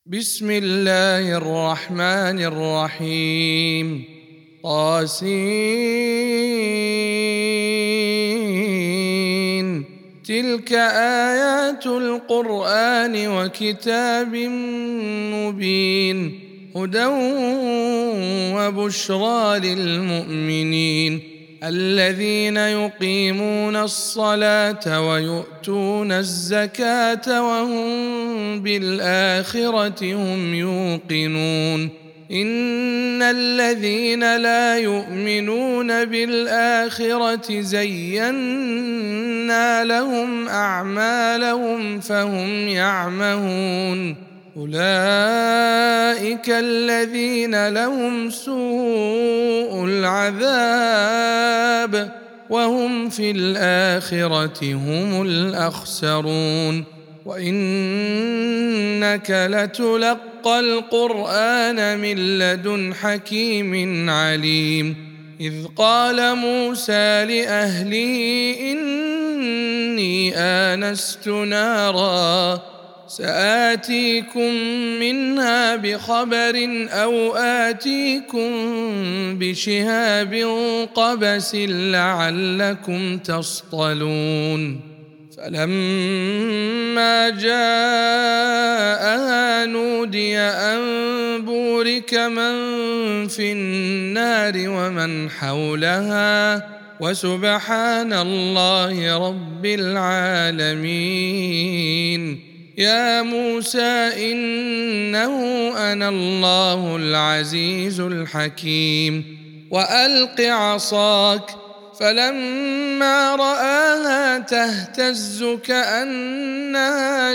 بسم الله الرحمن الرحيم طاسين تلك آيات القرآن وكتاب مبين هدى وبشرى للمؤمنين الذين يقيمون الصلاة ويؤتون الزكاة وهم بالآخرة هم يوقنون إن الذين لا يؤمنون بالآخرة زينا لهم أعمالهم فهم يعمهون أولئك الذين لهم سوء العذاب وهم في الآخرة هم الأخسرون وإنك لتلقى القرآن من لدن حكيم عليم إذ قال موسى لأهله إني آنست نارا سآتيكم منها بخبر أو آتيكم بشهاب قبس لعلكم تصطلون فلما جاءها نودي أن بورك من في النار ومن حولها وسبحان الله رب العالمين يا موسى إنه أنا الله العزيز الحكيم وألق عصاك فلما رآها تهتز كأنها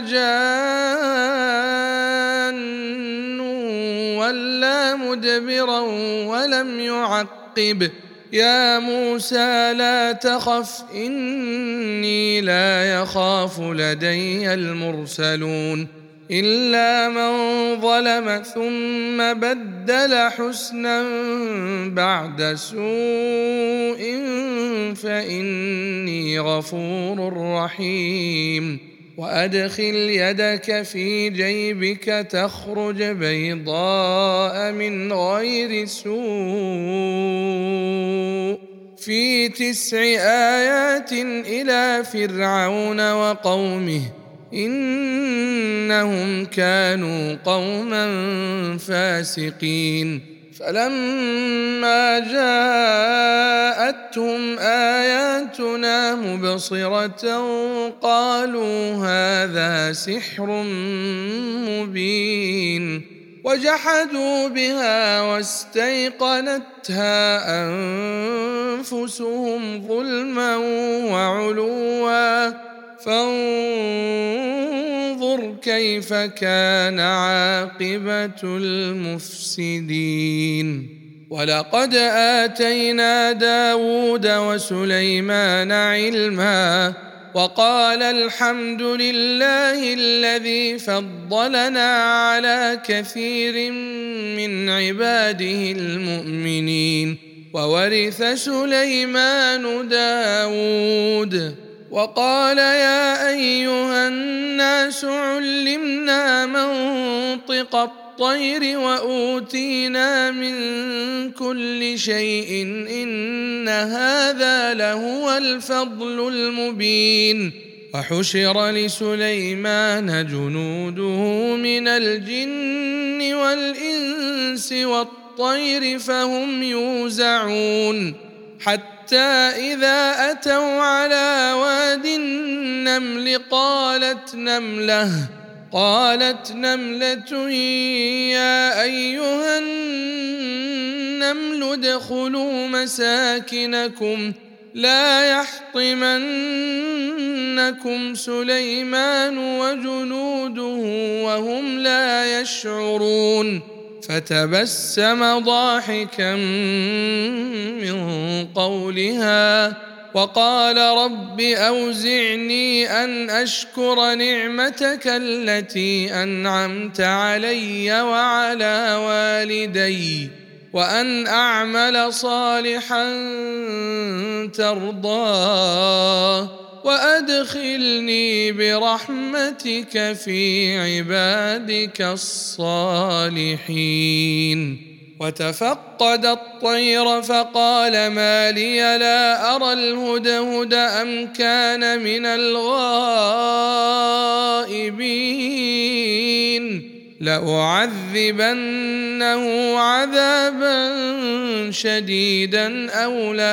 جان ولا مدبرا ولم يعقب يا موسى لا تخف إني لا يخاف لدي المرسلون إلا من ظلم ثم بدل حسنا بعد سوء فإني غفور رحيم وأدخل يدك في جيبك تخرج بيضاء من غير سوء في 9 آيات إلى فرعون وقومه إنهم كانوا قوما فاسقين فلما جاءتهم آياتنا مبصرة قالوا هذا سحر مبين وجحدوا بها واستيقنتها أنفسهم ظلما وعلوا فانظر كيف كان عاقبة المفسدين ولقد آتينا داود وسليمان علما وقال الحمد لله الذي فضلنا على كثير من عباده المؤمنين وورث سليمان داود وقال يا أيها الناس علمنا منطق الطير وأوتينا من كل شيء إن هذا لهو الفضل المبين وحشر لسليمان جنوده من الجن والإنس والطير فهم يوزعون حتى إذا أتوا على واد النمل قالت نملة يا أيها النمل ادخلوا مساكنكم لا يحطمنكم سليمان وجنوده وهم لا يشعرون فتبسم ضاحكا من قولها وقال رب أوزعني أن أشكر نعمتك التي أنعمت علي وعلى والدي وأن أعمل صالحا ترضاه وأدخلني برحمتك في عبادك الصالحين. وتفقد الطير فقال ما لي لا أرى الهدهد أم كان من الغائبين لأعذبنه عذابا شديدا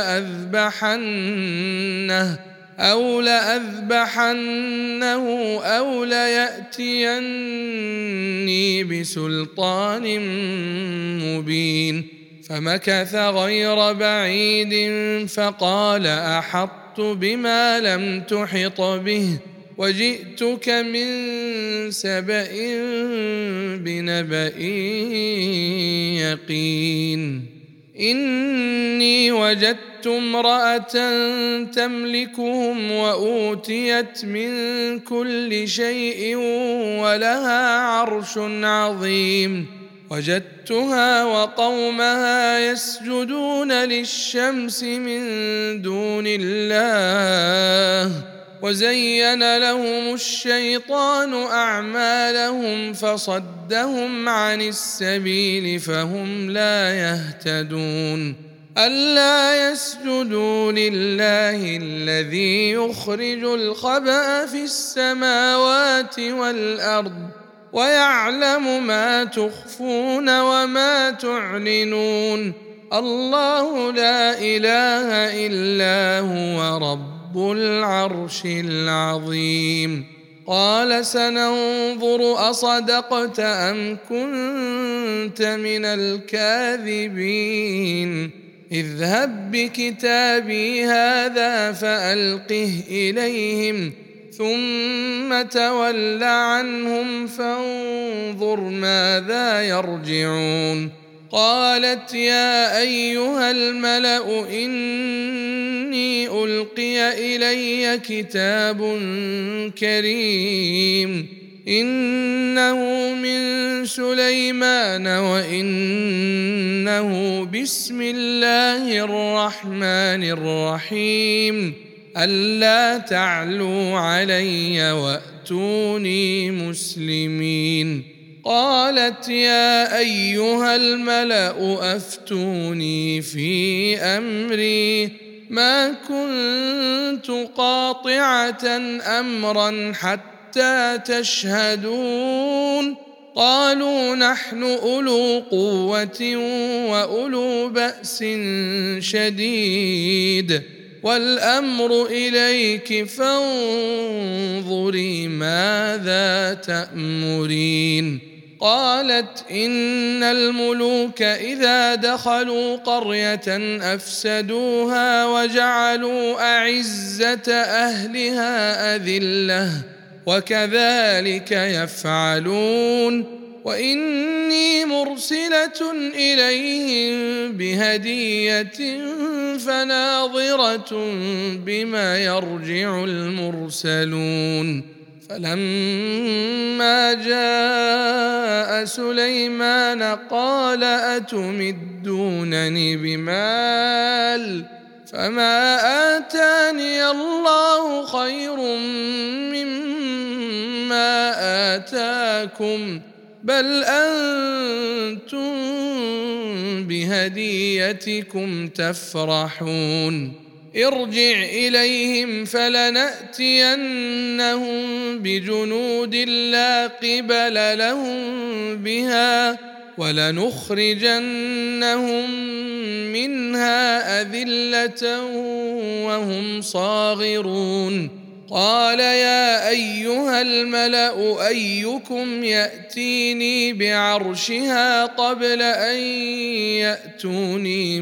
أو لأذبحنه أو ليأتيني بسلطان مبين. فمكث غير بعيد فقال أحطت بما لم تحط به وجئتك من سبأ بنبأ يقين. إني وجدت امرأة تملكهم وأوتيت من كل شيء ولها عرش عظيم. وجدتها وقومها يسجدون للشمس من دون الله وزين لهم الشيطان أعمالهم فصدهم عن السبيل فهم لا يهتدون. ألا يسجدوا لله الذي يخرج الخبأ في السماوات والأرض ويعلم ما تخفون وما تعلنون. الله لا إله إلا هو رب العرش العظيم. قال سننظر أصدقت أم كنت من الكاذبين اذهب بكتابي هذا فألقه إليهم ثم تول عنهم فانظر ماذا يرجعون. قالت يا أيها الملأ إني ألقي إلي كتاب كريم إنه من سليمان وإنه بسم الله الرحمن الرحيم ألا تعلوا علي وأتوني مسلمين. قالت يا أيها الملأ أفتوني في أمري ما كنت قاطعة أمرا حتى تشهدون. قالوا نحن أولو قوة وأولو بأس شديد والأمر إليك فانظري ماذا تأمرين. قالت إن الملوك إذا دخلوا قرية أفسدوها وجعلوا أعزة أهلها أذلة وكذلك يفعلون. وإني مرسلة إليهم بهدية فناظرة بما يرجع المرسلون. فلما جاء سليمان قال أتمدونني بمال فما آتاني الله خير مما آتاكم بل أنتم بهديتكم تفرحون. ارجع إليهم فلنأتينهم بجنود لا قبل لهم بها ولنخرجنهم منها أذلة وهم صاغرون. قال يا أيها الملأ أيكم يأتيني بعرشها قبل أن يأتوني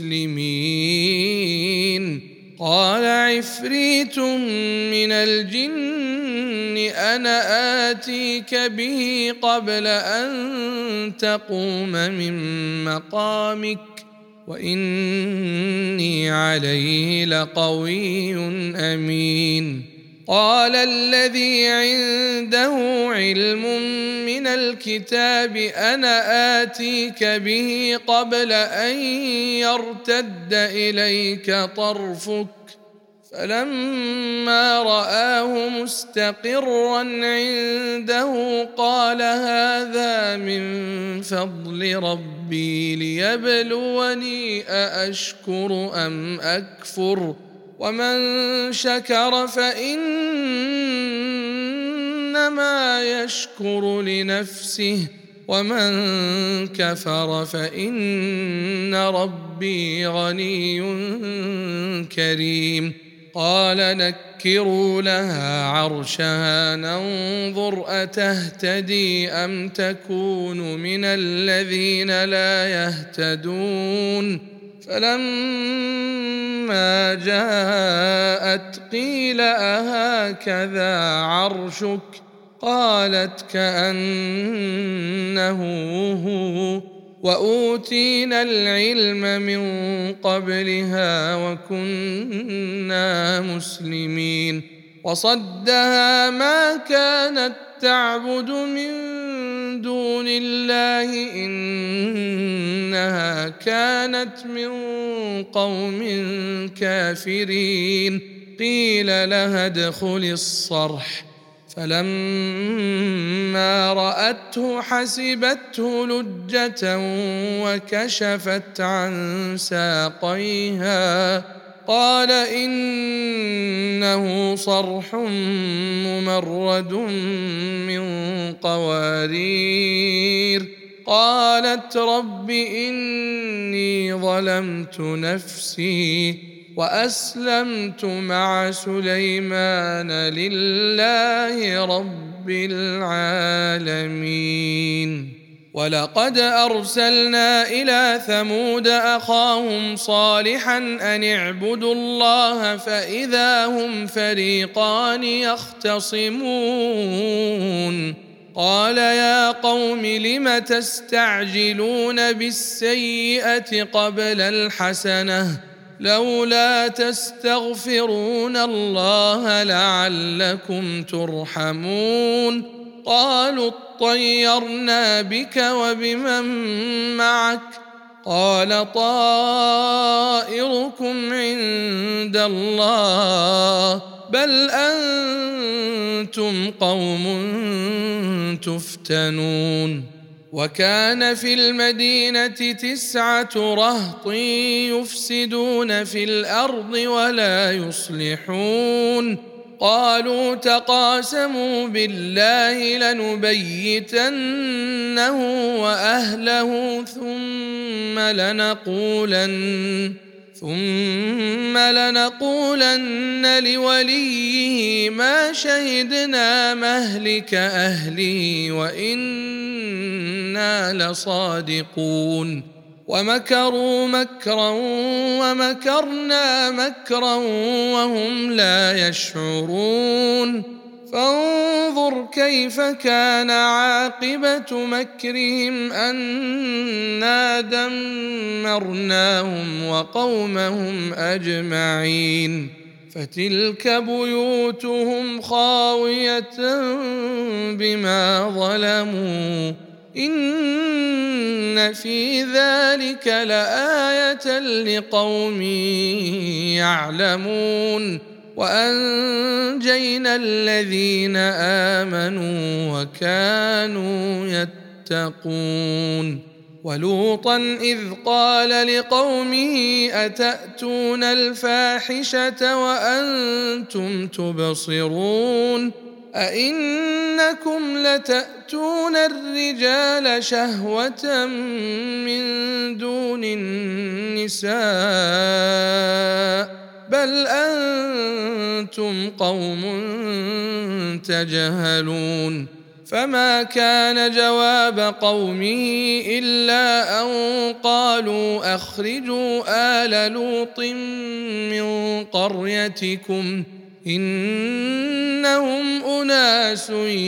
مسلمين. قال عفريت من الجن أنا آتيك به قبل أن تقوم من مقامك وإني عليه لقوي أمين. قال الذي عنده علم من الكتاب أنا آتيك به قبل أن يرتد إليك طرفك فلما رآه مستقرا عنده قال هذا من فضل ربي ليبلوني أأشكر أم أكفر ومن شكر فإنما يشكر لنفسه ومن كفر فإن ربي غني كريم قال نكروا لها عرشها ننظر أتهتدي أم تكون من الذين لا يهتدون فلما جاءت قيل أهكذا عرشك قالت كأنه هو وأوتينا العلم من قبلها وكنا مسلمين وصدها ما كانت تعبد من دون الله إنها كانت من قوم كافرين قيل لها ادخل الصرح فلما رأته حسبته لجة وكشفت عن ساقيها قال إنه صرح ممرد من قوارير قالت رب إني ظلمت نفسي وأسلمت مع سليمان لله رب العالمين ولقد أرسلنا إلى ثمود أخاهم صالحا أن اعبدوا الله فإذا هم فريقان يختصمون قال يا قوم لم تستعجلون بالسيئة قبل الحسنة لولا تستغفرون الله لعلكم ترحمون قالوا اطيرنا بك وبمن معك قال طائركم عند الله بل أنتم قوم تفتنون وكان في المدينة 9 رهط يفسدون في الأرض ولا يصلحون قالوا تقاسموا بالله لنبيتنه وأهله ثم لنقولن لوليه ما شهدنا مهلك أهله وإنا لصادقون ومكروا مكرا ومكرنا مكرا وهم لا يشعرون فانظر كيف كان عاقبة مكرهم أنا دمرناهم وقومهم أجمعين فتلك بيوتهم خاوية بما ظلموا إن في ذلك لآية لقوم يعلمون وأنجينا الذين آمنوا وكانوا يتقون ولوطا إذ قال لقومه أتأتون الفاحشة وأنتم تبصرون أئنكم لتأتون الرجال شهوة من دون النساء بل أنتم قوم تجهلون فما كان جواب قومه إلا أن قالوا أخرجوا آل لوط من قريتكم إنهم أناس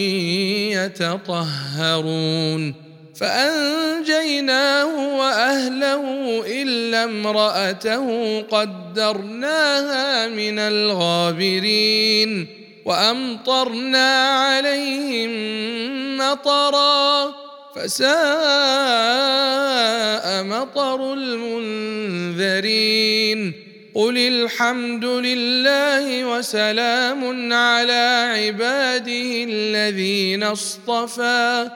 يتطهرون فأنجيناه وأهله إلا امرأته قدرناها من الغابرين وأمطرنا عليهم مطرا فساء مطر المنذرين قل الحمد لله وسلام على عباده الذين اصطفى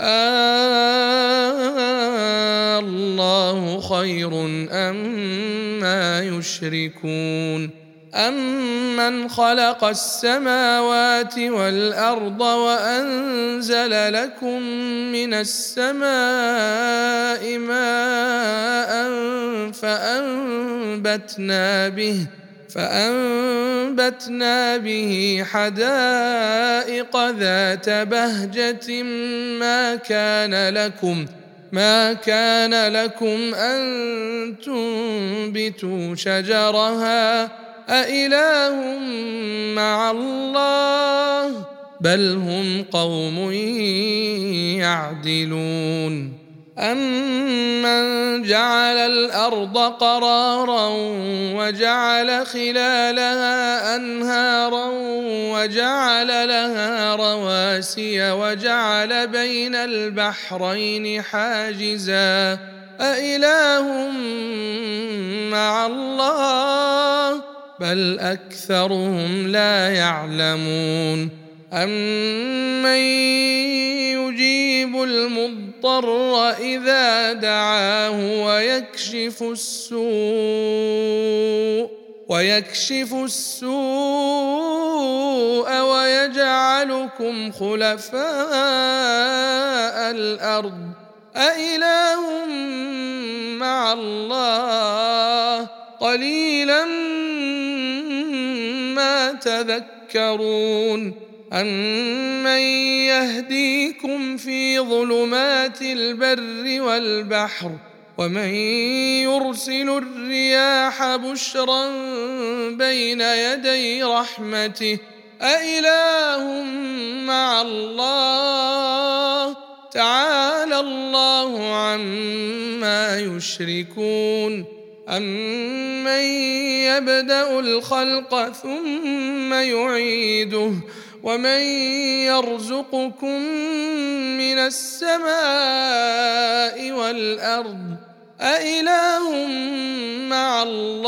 الله خير أما يشركون أمن خلق السماوات والأرض وأنزل لكم من السماء ماء فأنبتنا به حدائق ذات بهجة ما كان لكم أن تنبتوا شجرها أإله مع الله بل هم قوم يعدلون أمن جعل الأرض قرارا وجعل خلالها أنهارا وجعل لها رواسي وجعل بين البحرين حاجزا أإله مع الله بل أكثرهم لا يعلمون أمن يجيب المضطر إذا دعاه ويكشف السوء ويجعلكم خلفاء الأرض أإله مع الله قليلا ما تذكرون أمن يهديكم في ظلمات البر والبحر ومن يرسل الرياح بشرا بين يدي رحمته أإله مع الله تعالى الله عما يشركون أمن يبدأ الخلق ثم يعيده ومن يرزقكم من السماء والأرض أإله مع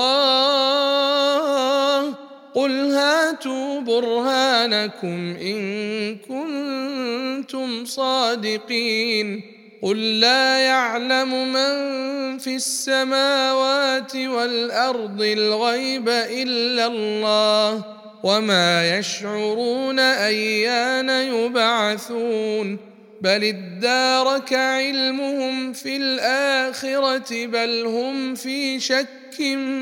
الله قل هاتوا برهانكم إن كنتم صادقين قل لا يعلم من في السماوات والأرض الغيب إلا الله وما يشعرون أيان يبعثون بل ادارك علمهم في الآخرة بل هم في شك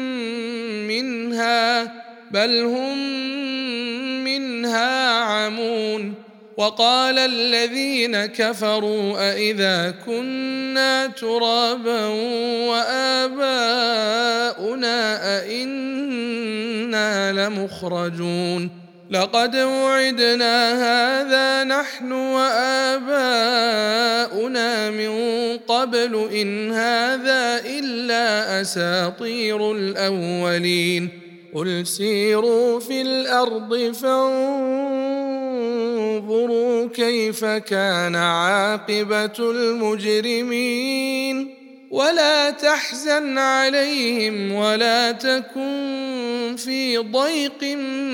منها عمون وقال الذين كفروا أإذا كنا ترابا وآباؤنا أإنا لمخرجون لقد وعدنا هذا نحن وآباؤنا من قبل إن هذا إلا أساطير الأولين قل سيروا في الأرض فانظروا كيف كان عاقبة المجرمين ولا تحزن عليهم ولا تكن في ضيق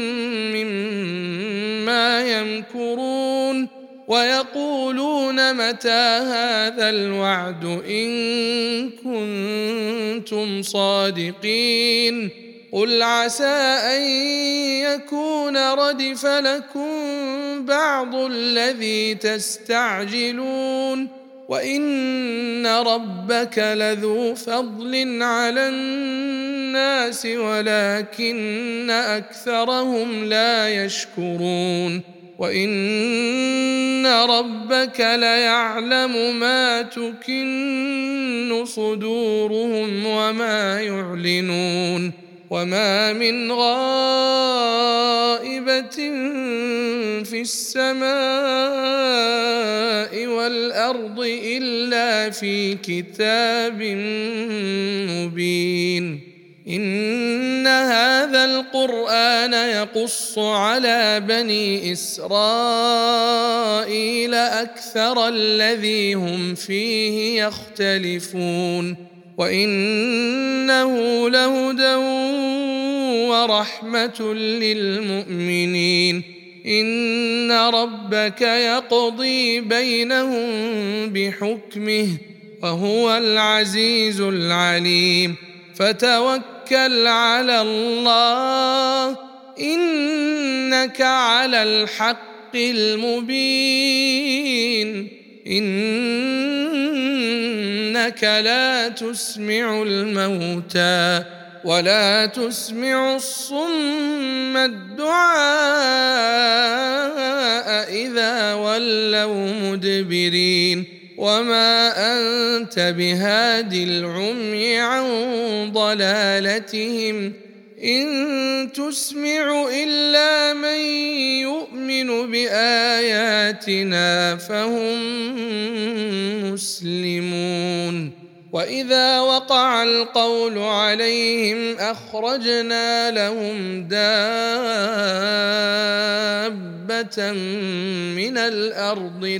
مما يمكرون ويقولون متى هذا الوعد إن كنتم صادقين قل عسى أن يكون ردف لكم بعض الذي تستعجلون وإن ربك لذو فضل على الناس ولكن أكثرهم لا يشكرون وإن ربك ليعلم ما تكن صدورهم وما يعلنون وما من غائبة في السماء والأرض إلا في كتاب مبين إن هذا القرآن يقص على بني إسرائيل أكثر الذي هم فيه يختلفون وإنه لهدى ورحمة للمؤمنين. إن ربك يقضي بينهم بحكمه وهو العزيز العليم. فتوكل على الله إنك على الحق المبين. إنك لا تسمع الموتى ولا تسمع الصم الدعاء إذا ولوا مدبرين. وما أنت بهاد العمي عن ضلالتهم إن تسمع إلا من يؤمن بآياتنا فهم مسلمون. وإذا وقع القول عليهم أخرجنا لهم دابة من الأرض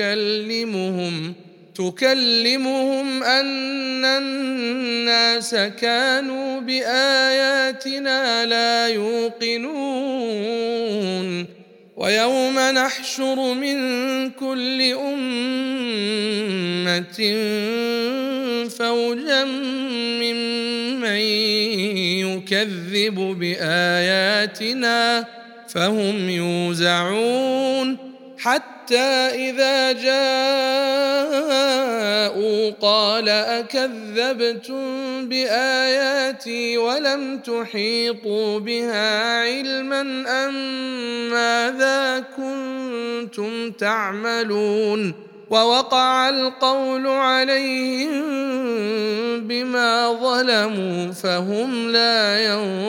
تكلمهم أن الناس كانوا بآياتنا لا يوقنون. ويوم نحشر من كل أمة فوجا ممن يكذب بآياتنا فهم يوزعون. حتى إذا جاءوا قال أكذبتم بآياتي ولم تحيطوا بها علما أم ماذا كنتم تعملون. ووقع القول عليهم بما ظلموا فهم لا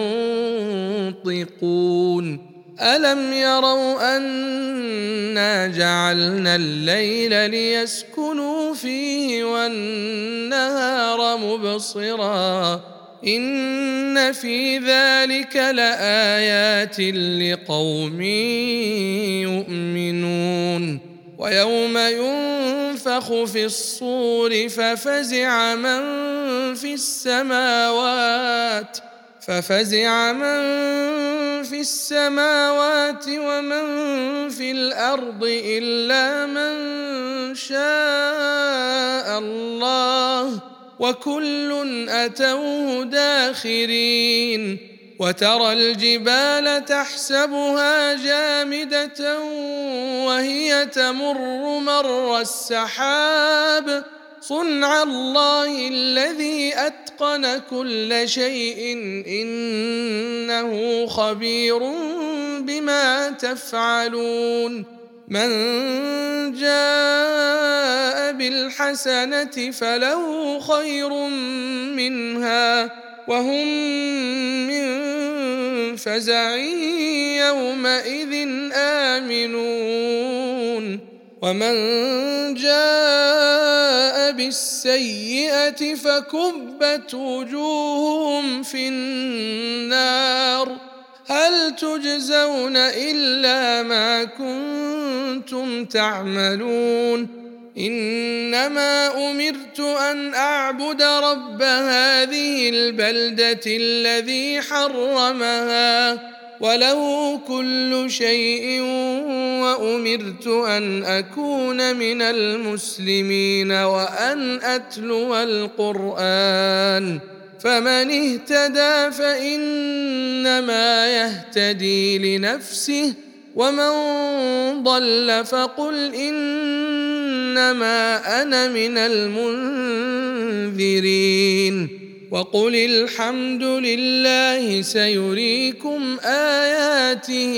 ينطقون. ألم يروا أنا جعلنا الليل ليسكنوا فيه والنهار مبصرا إن في ذلك لآيات لقوم يؤمنون. ويوم ينفخ في الصور ففزع من في السماوات ومن في الأرض إلا من شاء الله وكل أتوه داخرين. وترى الجبال تحسبها جامدة وهي تمر مر السحاب صنع الله الذي أتقن كل شيء إنه خبير بما تفعلون. من جاء بالحسنة فله خير منها وهم من فزع يومئذ آمنون. ومن جاء بالسيئة فكبت وجوههم في النار هل تجزون إلا ما كنتم تعملون. إنما أمرت أن أعبد رب هذه البلدة الذي حرمها وله كل شيء وأمرت أن أكون من المسلمين وأن أتلو القرآن فمن اهتدى فإنما يهتدي لنفسه ومن ضل فقل إنما أنا من المنذرين. وقل الحمد لله سيريكم آياته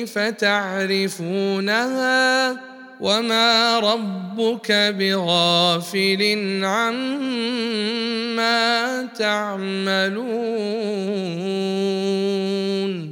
فتعرفونها وما ربك بغافل عما تعملون.